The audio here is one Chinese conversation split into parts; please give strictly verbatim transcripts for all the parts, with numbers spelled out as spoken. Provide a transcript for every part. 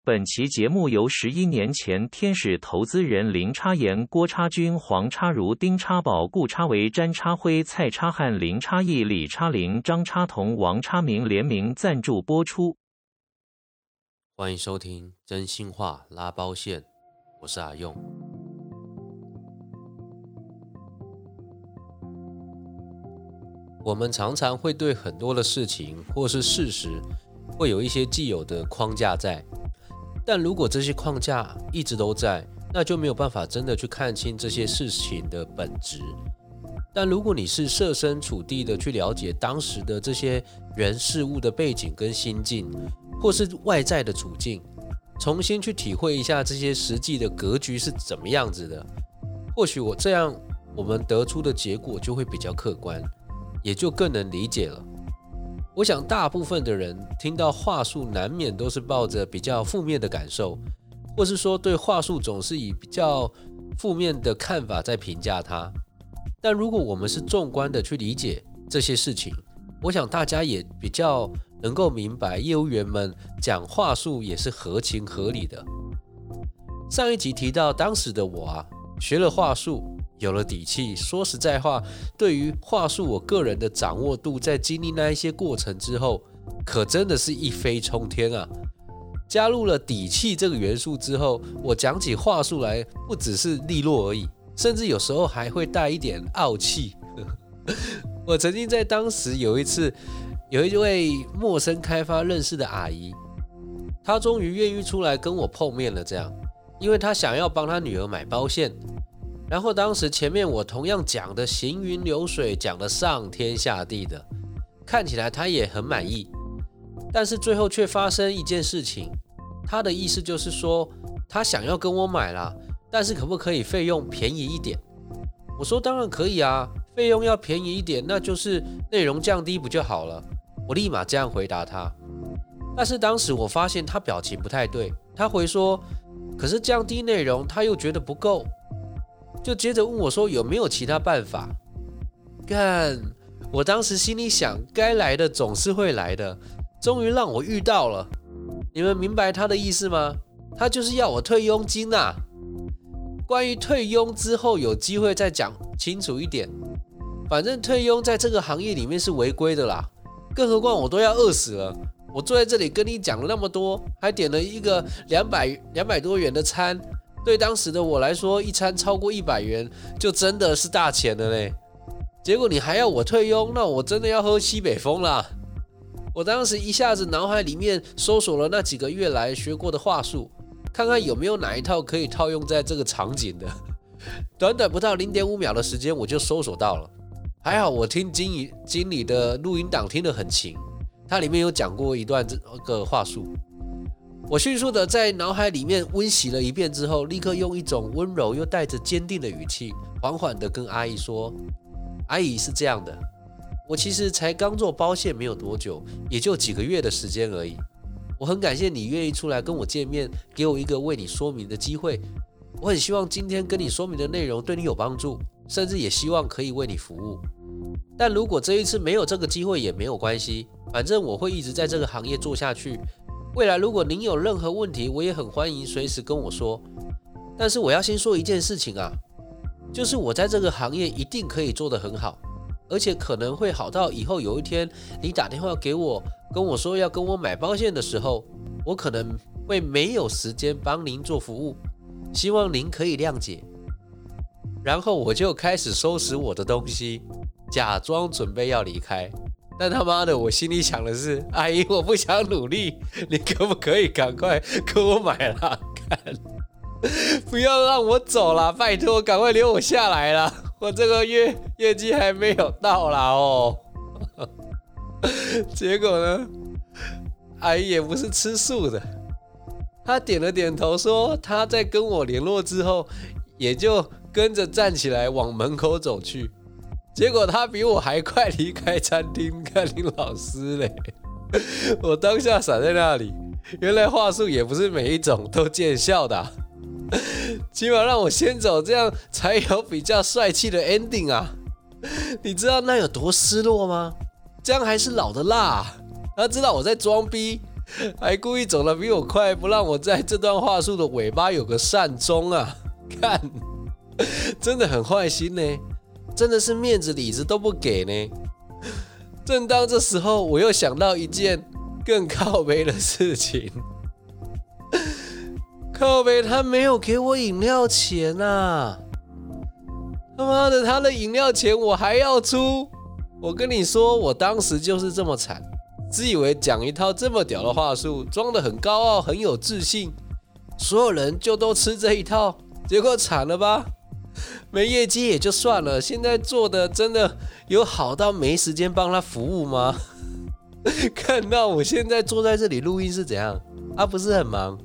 本期节目由十一年前天使投资人林叉言、郭叉君、黄叉如、丁叉宝、顾叉维、詹叉辉、蔡叉汉、林叉义、李叉林、张叉同、王叉明联名赞助播出。 欢迎收听真心话拉包线，我是阿用。我们常常会对很多的事情或是事实会有一些既有的框架在，但如果这些框架一直都在，那就没有办法真的去看清这些事情的本质。但如果你是设身处地的去了解当时的这些人事物的背景跟心境，或是外在的处境，重新去体会一下这些实际的格局是怎么样子的，或许我这样我们得出的结果就会比较客观，也就更能理解了。我想大部分的人听到话术难免都是抱着比较负面的感受，或是说对话术总是以比较负面的看法在评价它。但如果我们是纵观的去理解这些事情，我想大家也比较能够明白业务员们讲话术也是合情合理的。上一集提到当时的我啊，学了话术，有了底气，说实在话，对于话术我个人的掌握度，在经历那一些过程之后，可真的是一飞冲天啊！加入了底气这个元素之后，我讲起话术来不只是利落而已，甚至有时候还会带一点傲气。我曾经在当时有一次，有一位陌生开发认识的阿姨，她终于愿意出来跟我碰面了，这样，因为她想要帮她女儿买包线。然后当时前面我同样讲的行云流水，讲的上天下地的，看起来他也很满意，但是最后却发生一件事情。他的意思就是说，他想要跟我买啦，但是可不可以费用便宜一点？我说当然可以啊，费用要便宜一点，那就是内容降低不就好了？我立马这样回答他。但是当时我发现他表情不太对，他回说，可是降低内容他又觉得不够。就接着问我说有没有其他办法。干，我当时心里想，该来的总是会来的，终于让我遇到了。你们明白他的意思吗？他就是要我退佣金啊。关于退佣之后有机会再讲清楚一点，反正退佣在这个行业里面是违规的啦，更何况我都要饿死了，我坐在这里跟你讲了那么多，还点了一个两百多元的餐，对当时的我来说，一餐超过一百元就真的是大钱了嘞。结果你还要我退佣，那我真的要喝西北风啦。我当时一下子脑海里面搜索了那几个月来学过的话术，看看有没有哪一套可以套用在这个场景的。短短不到 零点五秒的时间我就搜索到了。还好我听经理经理的录音档听得很勤，他里面有讲过一段这个话术。我迅速的在脑海里面温习了一遍之后，立刻用一种温柔又带着坚定的语气，缓缓的跟阿姨说：阿姨是这样的，我其实才刚做包线没有多久，也就几个月的时间而已。我很感谢你愿意出来跟我见面，给我一个为你说明的机会。我很希望今天跟你说明的内容对你有帮助，甚至也希望可以为你服务。但如果这一次没有这个机会也没有关系，反正我会一直在这个行业做下去。未来如果您有任何问题，我也很欢迎随时跟我说。但是我要先说一件事情啊，就是我在这个行业一定可以做得很好，而且可能会好到以后有一天你打电话给我，跟我说要跟我买包线的时候，我可能会没有时间帮您做服务，希望您可以谅解。然后我就开始收拾我的东西，假装准备要离开。但他妈的，我心里想的是，阿姨，我不想努力，你可不可以赶快跟我买啦？看，不要让我走啦，拜托，赶快留我下来啦！我这个月业绩还没有到啦哦。结果呢，阿姨也不是吃素的，她点了点头，说她在跟我联络之后，也就跟着站起来往门口走去。结果他比我还快离开餐厅，看林老师嘞！我当下闪在那里，原来话术也不是每一种都见效的啊，起码让我先走，这样才有比较帅气的 ending 啊！你知道那有多失落吗？这样还是老的辣啊！他知道我在装逼， 还故意走得比我快，不让我在这段话术的尾巴有个善终啊！看，真的很坏心呢，真的是面子里子都不给呢。正当这时候，我又想到一件更靠北的事情，靠北他没有给我饮料钱啊！他妈的，他的饮料钱我还要出！我跟你说，我当时就是这么惨。自以为讲一套这么屌的话术，装得很高傲，很有自信，所有人就都吃这一套，结果惨了吧？没业绩也就算了，现在做的真的有好到没时间帮他服务吗？看到我现在坐在这里录音是怎样？啊，不是很忙？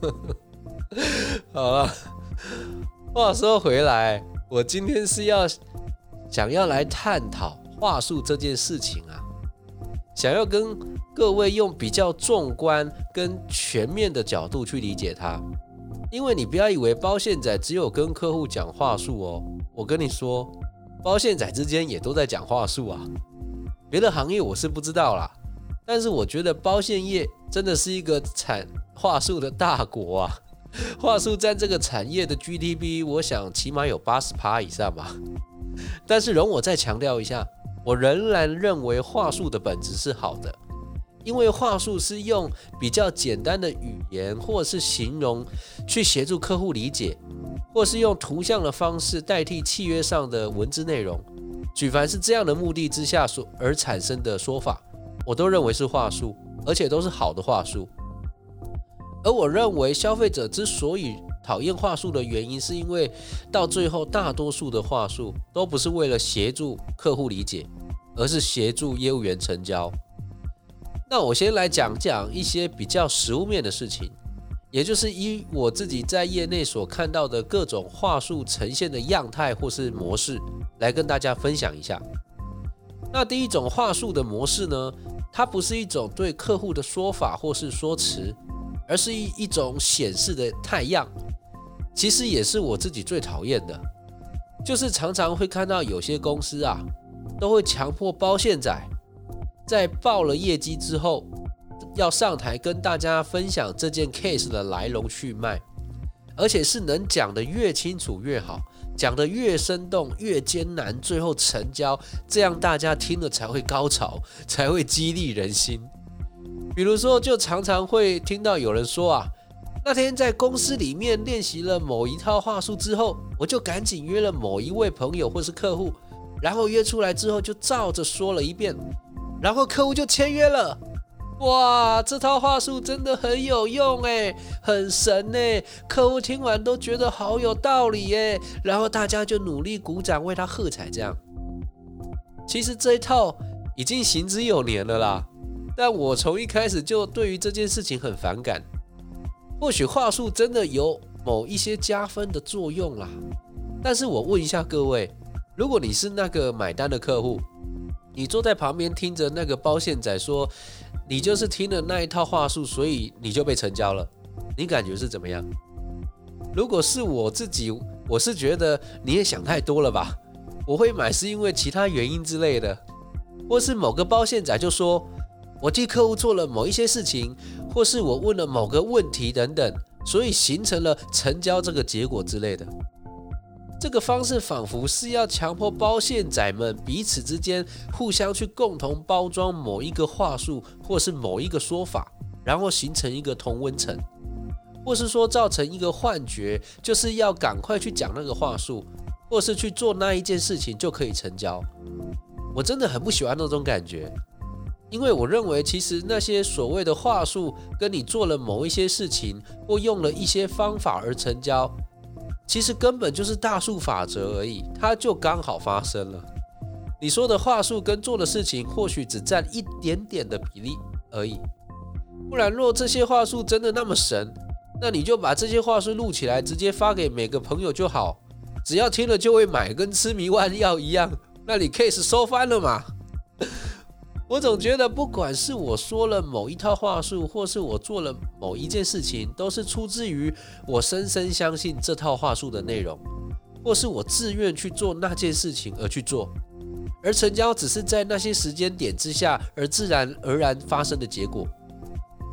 好了，话说回来，我今天是要想要来探讨话术这件事情啊。想要跟各位用比较纵观跟全面的角度去理解它，因为你不要以为包线仔只有跟客户讲话术哦，我跟你说，包线仔之间也都在讲话术啊。别的行业我是不知道啦，但是我觉得包线业真的是一个产话术的大国啊，话术占这个产业的 G D P， 我想起码有 百分之八十 以上吧。但是容我再强调一下，我仍然认为话术的本质是好的，因为话术是用比较简单的语言或是形容去协助客户理解，或是用图像的方式代替契约上的文字内容。举凡是这样的目的之下而产生的说法，我都认为是话术，而且都是好的话术。而我认为消费者之所以讨厌话术的原因，是因为到最后大多数的话术都不是为了协助客户理解，而是协助业务员成交。那我先来讲讲一些比较实务面的事情，也就是以我自己在业内所看到的各种话术呈现的样态或是模式来跟大家分享一下。那第一种话术的模式呢，它不是一种对客户的说法或是说辞，而是一种显示的态样。其实也是我自己最讨厌的，就是常常会看到有些公司啊，都会强迫包线仔在报了业绩之后，要上台跟大家分享这件 case 的来龙去脉，而且是能讲得越清楚越好，讲得越生动越艰难，最后成交，这样大家听了才会高潮，才会激励人心。比如说，就常常会听到有人说啊，那天在公司里面练习了某一套话术之后，我就赶紧约了某一位朋友或是客户，然后约出来之后就照着说了一遍，然后客户就签约了。哇，这套话术真的很有用耶，很神耶，客户听完都觉得好有道理耶，然后大家就努力鼓掌为他喝彩。这样其实这一套已经行之有年了啦，但我从一开始就对于这件事情很反感。或许话术真的有某一些加分的作用啦，但是我问一下各位，如果你是那个买单的客户，你坐在旁边听着那个包线仔说你就是听了那一套话术，所以你就被成交了，你感觉是怎么样？如果是我自己，我是觉得你也想太多了吧，我会买是因为其他原因之类的，或是某个包线仔就说我替客户做了某一些事情，或是我问了某个问题等等，所以形成了成交这个结果之类的。这个方式仿佛是要强迫包线仔们彼此之间互相去共同包装某一个话术或是某一个说法，然后形成一个同温层，或是说造成一个幻觉，就是要赶快去讲那个话术，或是去做那一件事情就可以成交。我真的很不喜欢那种感觉，因为我认为其实那些所谓的话术跟你做了某一些事情或用了一些方法而成交，其实根本就是大数法则而已，它就刚好发生了。你说的话术跟做的事情或许只占一点点的比例而已，不然若这些话术真的那么神，那你就把这些话术录起来直接发给每个朋友就好，只要听了就会买，跟吃迷幻药一样，那你 case 收翻了嘛。我总觉得不管是我说了某一套话术，或是我做了某一件事情，都是出自于我深深相信这套话术的内容，或是我自愿去做那件事情而去做，而成交只是在那些时间点之下而自然而然发生的结果。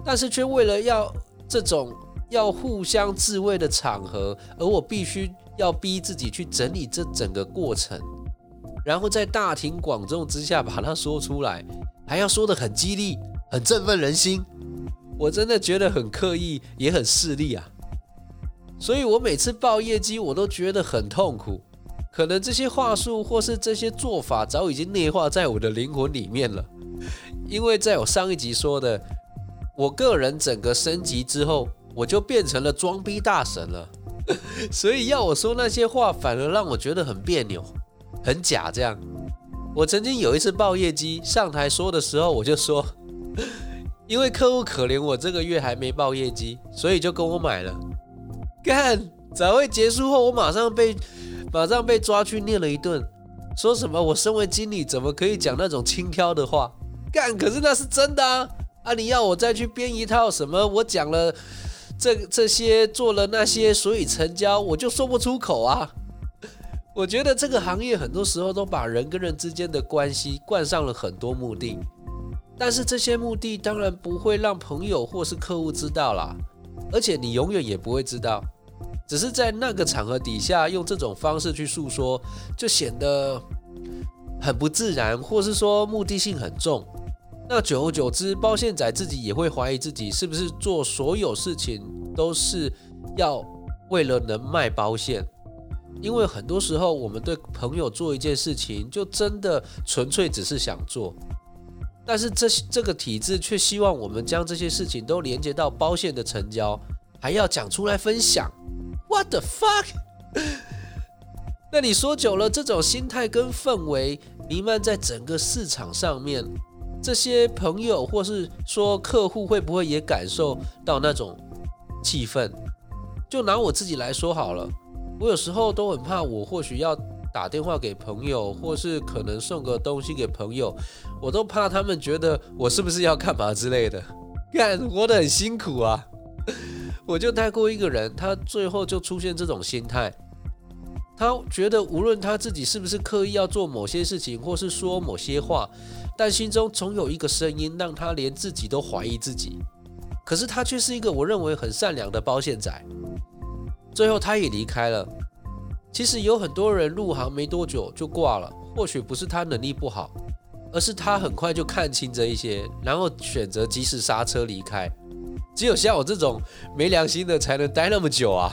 但是却为了要这种要互相自慰的场合，而我必须要逼自己去整理这整个过程，然后在大庭广众之下把它说出来，还要说得很激励，很振奋人心。我真的觉得很刻意，也很势利啊。所以我每次报业绩，我都觉得很痛苦。可能这些话术或是这些做法早已经内化在我的灵魂里面了。因为在我上一集说的，我个人整个升级之后，我就变成了装逼大神了。所以要我说那些话，反而让我觉得很别扭，很假这样。我曾经有一次报业绩，上台说的时候，我就说，因为客户可怜我这个月还没报业绩，所以就跟我买了。干，早会结束后，我马上被马上被抓去念了一顿，说什么我身为经理怎么可以讲那种轻佻的话？干，可是那是真的啊！啊，你要我再去编一套什么？我讲了这这些，做了那些，所以成交，我就说不出口啊！我觉得这个行业很多时候都把人跟人之间的关系冠上了很多目的，但是这些目的当然不会让朋友或是客户知道啦，而且你永远也不会知道。只是在那个场合底下用这种方式去诉说，就显得很不自然，或是说目的性很重。那久而久之，包线仔自己也会怀疑自己是不是做所有事情都是要为了能卖包线。因为很多时候我们对朋友做一件事情，就真的纯粹只是想做，但是 这, 这个体制却希望我们将这些事情都连接到包线的成交，还要讲出来分享。What the fuck？ 那你说久了，这种心态跟氛围弥漫在整个市场上面，这些朋友或是说客户会不会也感受到那种气氛？就拿我自己来说好了，我有时候都很怕，我或许要打电话给朋友，或是可能送个东西给朋友，我都怕他们觉得我是不是要干嘛之类的。干，活得很辛苦啊。我就带过一个人，他最后就出现这种心态，他觉得无论他自己是不是刻意要做某些事情，或是说某些话，但心中总有一个声音让他连自己都怀疑自己。可是他却是一个我认为很善良的包线仔。最后他也离开了。其实有很多人入行没多久就挂了，或许不是他能力不好，而是他很快就看清这一些，然后选择及时刹车离开。只有像我这种没良心的才能待那么久啊。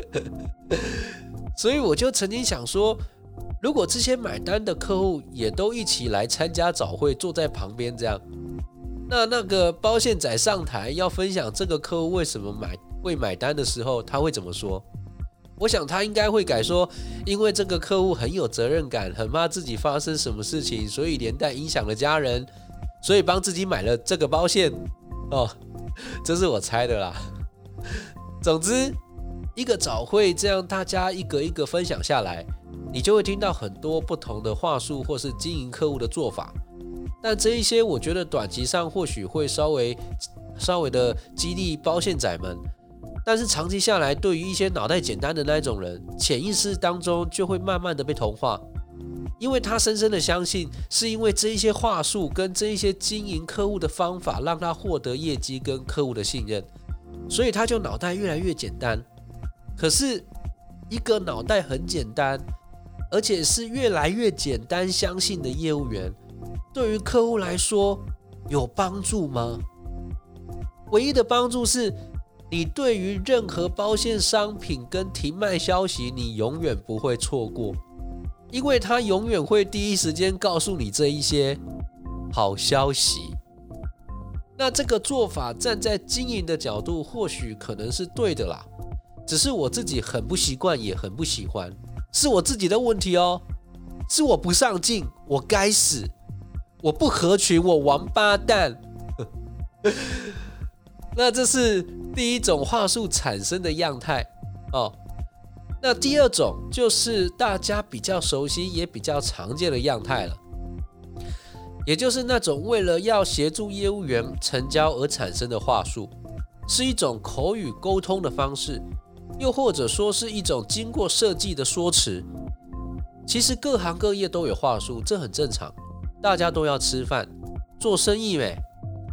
所以我就曾经想说，如果这些买单的客户也都一起来参加早会，坐在旁边这样，那那个包线仔上台要分享这个客户为什么买会买单的时候，他会怎么说？我想他应该会改说，因为这个客户很有责任感，很怕自己发生什么事情，所以连带影响了家人，所以帮自己买了这个包线。哦，这是我猜的啦。总之，一个早会这样大家一个一个分享下来，你就会听到很多不同的话术或是经营客户的做法。但这一些我觉得短期上或许会稍微稍微的激励包线仔们，但是长期下来，对于一些脑袋简单的那种人，潜意识当中就会慢慢的被同化，因为他深深的相信，是因为这一些话术跟这一些经营客户的方法，让他获得业绩跟客户的信任，所以他就脑袋越来越简单。可是一个脑袋很简单，而且是越来越简单相信的业务员，对于客户来说有帮助吗？唯一的帮助是，你对于任何包线商品跟停卖消息，你永远不会错过，因为他永远会第一时间告诉你这一些好消息。那这个做法站在经营的角度，或许可能是对的啦，只是我自己很不习惯，也很不喜欢，是我自己的问题哦，是我不上进，我该死，我不合群，我王八蛋。那这是第一种话术产生的样态哦。那第二种就是大家比较熟悉也比较常见的样态了，也就是那种为了要协助业务员成交而产生的话术，是一种口语沟通的方式，又或者说是一种经过设计的说辞。其实各行各业都有话术，这很正常，大家都要吃饭做生意呗。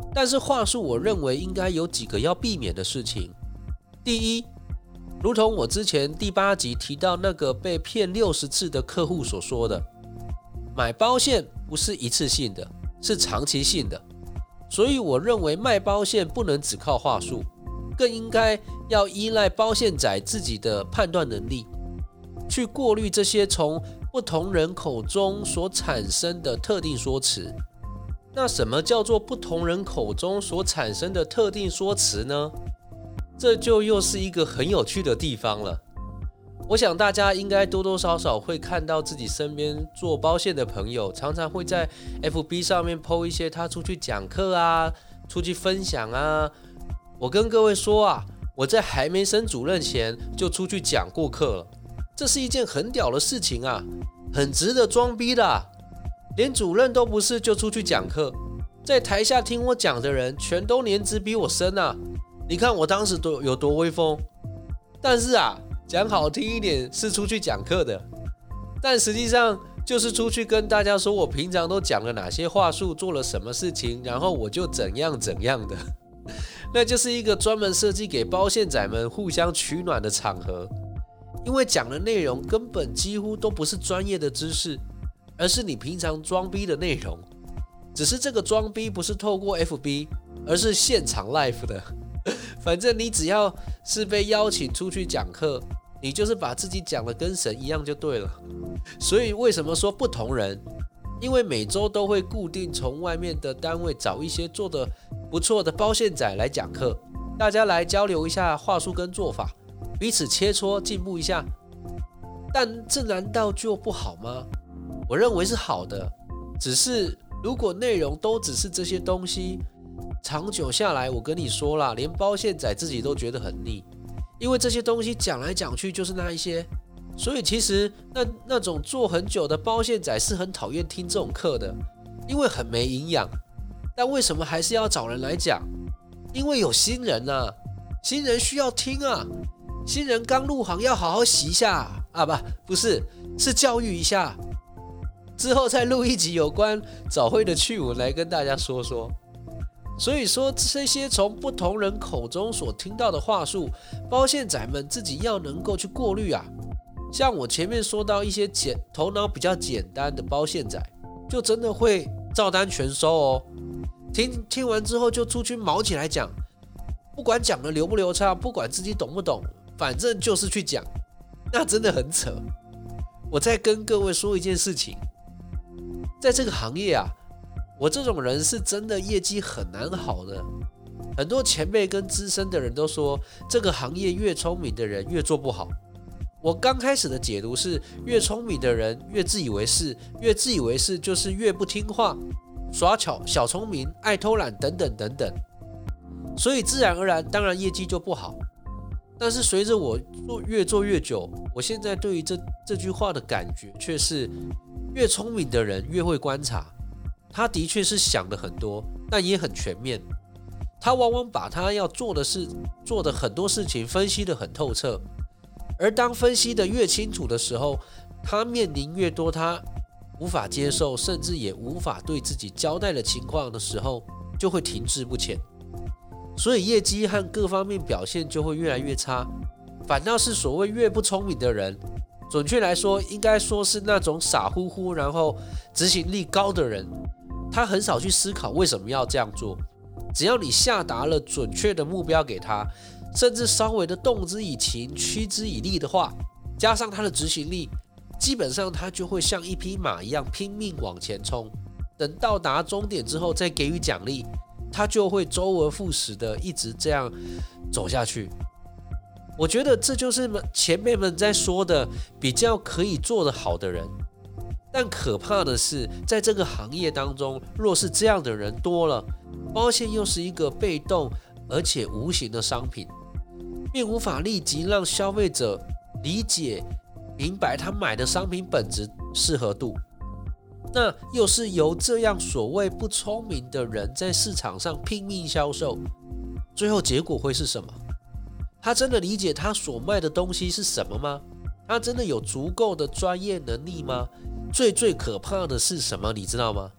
但是话术我认为应该有几个要避免的事情。第一，如同我之前第八集提到那个被骗六十次的客户所说的，买保险不是一次性的，是长期性的。所以我认为卖保险不能只靠话术，更应该要依赖保险仔自己的判断能力，去过滤这些从不同人口中所产生的特定说辞。那什么叫做不同人口中所产生的特定说辞呢？这就又是一个很有趣的地方了。我想大家应该多多少少会看到自己身边做保险的朋友，常常会在 F B 上面 po 一些他出去讲课啊，出去分享啊。我跟各位说啊，我在还没升主任前就出去讲过课了，这是一件很屌的事情啊，很值得装逼的啊。连主任都不是就出去讲课，在台下听我讲的人全都年资比我深啊，你看我当时多有多威风。但是啊，讲好听一点是出去讲课的，但实际上就是出去跟大家说我平常都讲了哪些话术，做了什么事情，然后我就怎样怎样的。那就是一个专门设计给包线仔们互相取暖的场合，因为讲的内容根本几乎都不是专业的知识，而是你平常装逼的内容，只是这个装逼不是透过 F B， 而是现场 live 的。反正你只要是被邀请出去讲课，你就是把自己讲的跟神一样就对了。所以为什么说不同人？因为每周都会固定从外面的单位找一些做得不错的包线仔来讲课，大家来交流一下话术跟做法，彼此切磋进步一下。但这难道就不好吗？我认为是好的，只是如果内容都只是这些东西，长久下来，我跟你说啦，连包线仔自己都觉得很腻，因为这些东西讲来讲去就是那一些，所以其实 那, 那种做很久的包线仔是很讨厌听这种课的，因为很没营养。但为什么还是要找人来讲？因为有新人啊，新人需要听啊，新人刚入行要好好洗一下啊，不，不是，是教育一下。之后再录一集有关早会的趣闻来跟大家说说。所以说，这些从不同人口中所听到的话术，包线仔们自己要能够去过滤啊。像我前面说到一些简头脑比较简单的包线仔，就真的会照单全收哦。听听完之后就出去毛起来讲，不管讲的流不流畅，不管自己懂不懂，反正就是去讲，那真的很扯。我再跟各位说一件事情，在这个行业啊，我这种人是真的业绩很难好的。很多前辈跟资深的人都说，这个行业越聪明的人越做不好。我刚开始的解读是，越聪明的人越自以为是，越自以为是就是越不听话，耍巧、小聪明、爱偷懒等等等等，所以自然而然，当然业绩就不好。但是随着我做越做越久，我现在对于 这, 这句话的感觉却是，越聪明的人越会观察。他的确是想的很多，但也很全面。他往往把他要做的事、做的很多事情分析得很透彻。而当分析得越清楚的时候，他面临越多他无法接受，甚至也无法对自己交代的情况的时候，就会停滞不前。所以业绩和各方面表现就会越来越差。反倒是所谓越不聪明的人，准确来说，应该说是那种傻乎乎然后执行力高的人，他很少去思考为什么要这样做。只要你下达了准确的目标给他，甚至稍微的动之以情、驱之以力的话，加上他的执行力，基本上他就会像一匹马一样拼命往前冲。等到达终点之后再给予奖励，他就会周而复始的一直这样走下去。我觉得这就是前辈们在说的比较可以做得好的人。但可怕的是，在这个行业当中，若是这样的人多了，保险又是一个被动而且无形的商品，并无法立即让消费者理解明白他买的商品本质适合度。那又是由这样所谓不聪明的人在市场上拼命销售，最后结果会是什么？他真的理解他所卖的东西是什么吗？他真的有足够的专业能力吗？最最可怕的是什么？你知道吗？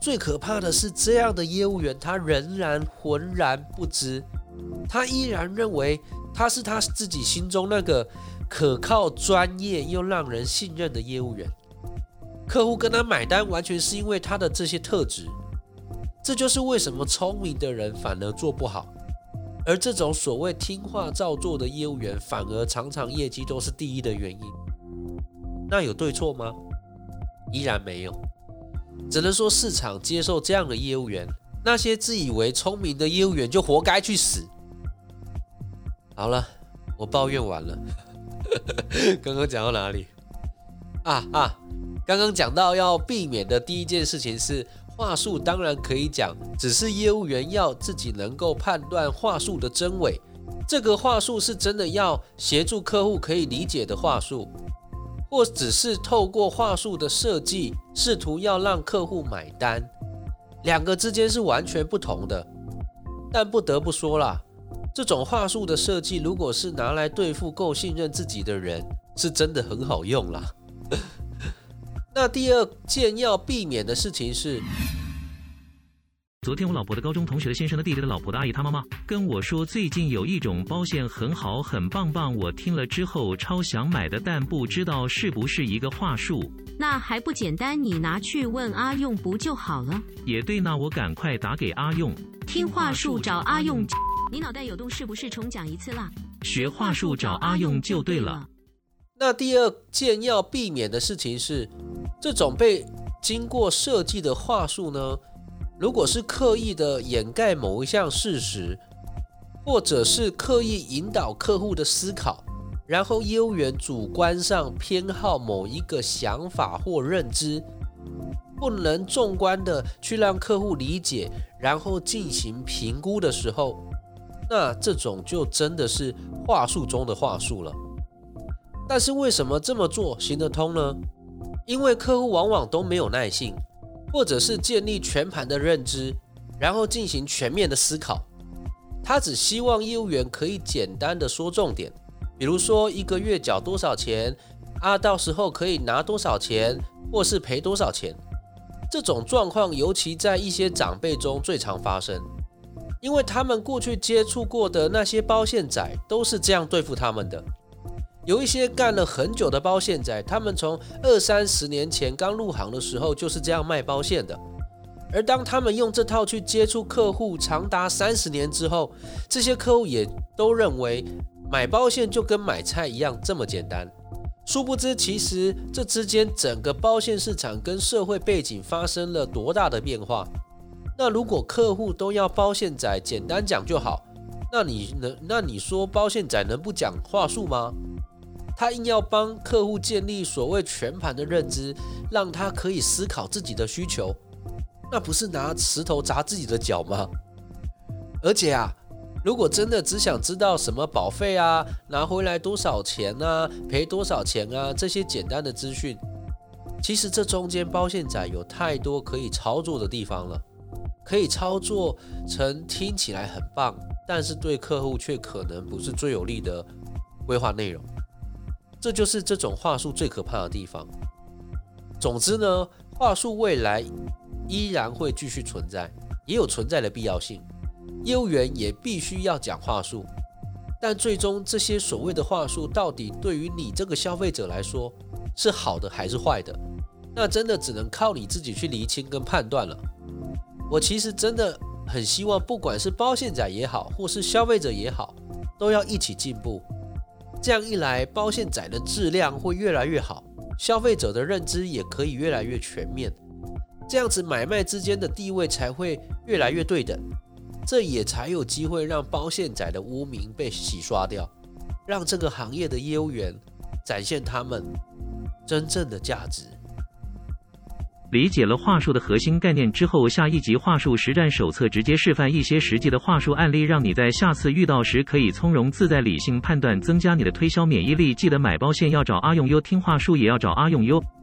最可怕的是，这样的业务员他仍然浑然不知，他依然认为他是他自己心中那个可靠、专业又让人信任的业务员。客户跟他买单，完全是因为他的这些特质。这就是为什么聪明的人反而做不好，而这种所谓听话照做的业务员，反而常常业绩都是第一的原因。那有对错吗？依然没有，只能说市场接受这样的业务员，那些自以为聪明的业务员就活该去死。好了，我抱怨完了。刚刚讲到哪里？啊啊！刚刚讲到要避免的第一件事情是，话术当然可以讲，只是业务员要自己能够判断话术的真伪。这个话术是真的要协助客户可以理解的话术，或只是透过话术的设计，试图要让客户买单，两个之间是完全不同的。但不得不说啦，这种话术的设计，如果是拿来对付够信任自己的人，是真的很好用啦。那第二件要避免的事情是， 昨天我老婆的高中同学的先生的弟弟的老婆的阿姨他妈妈跟我说，最近有一种包馅很好很棒棒，我听了之后超想买的，但不知道是不是一个话术。 那还不简单，你拿去问阿用不就好了？ 也对，那我赶快打给阿用。 听话术找阿用。你脑袋有洞是不是？重讲一次啦。 学话术找阿用就对了。 那第二件要避免的事情是，这种被经过设计的话术呢，如果是刻意的掩盖某一项事实，或者是刻意引导客户的思考，然后业务员主观上偏好某一个想法或认知，不能纵观的去让客户理解，然后进行评估的时候，那这种就真的是话术中的话术了。但是为什么这么做行得通呢？因为客户往往都没有耐性，或者是建立全盘的认知，然后进行全面的思考。他只希望业务员可以简单的说重点，比如说一个月缴多少钱啊，到时候可以拿多少钱，或是赔多少钱。这种状况尤其在一些长辈中最常发生，因为他们过去接触过的那些包馅仔都是这样对付他们的。有一些干了很久的包馅仔，他们从二三十年前刚入行的时候就是这样卖包馅的。而当他们用这套去接触客户长达三十年之后，这些客户也都认为买包馅就跟买菜一样这么简单。殊不知，其实这之间整个包馅市场跟社会背景发生了多大的变化。那如果客户都要包馅仔简单讲就好，那你能那你说包馅仔能不讲话术吗？他硬要帮客户建立所谓全盘的认知，让他可以思考自己的需求，那不是拿石头砸自己的脚吗？而且啊，如果真的只想知道什么保费啊，拿回来多少钱啊，赔多少钱啊，这些简单的资讯，其实这中间包馅仔有太多可以操作的地方了，可以操作成听起来很棒，但是对客户却可能不是最有利的规划内容。这就是这种话术最可怕的地方。总之呢，话术未来依然会继续存在，也有存在的必要性。业务员也必须要讲话术，但最终这些所谓的话术到底对于你这个消费者来说是好的还是坏的，那真的只能靠你自己去厘清跟判断了。我其实真的很希望，不管是包馅仔也好，或是消费者也好，都要一起进步。这样一来，包馅仔的质量会越来越好，消费者的认知也可以越来越全面，这样子买卖之间的地位才会越来越对等，这也才有机会让包馅仔的污名被洗刷掉，让这个行业的业务员展现他们真正的价值。 理解了话术的核心概念之后，下一集话术实战手册直接示范一些实际的话术案例，让你在下次遇到时可以从容自在理性判断，增加你的推销免疫力。记得买包馅要找阿用哟，听话术也要找阿用哟。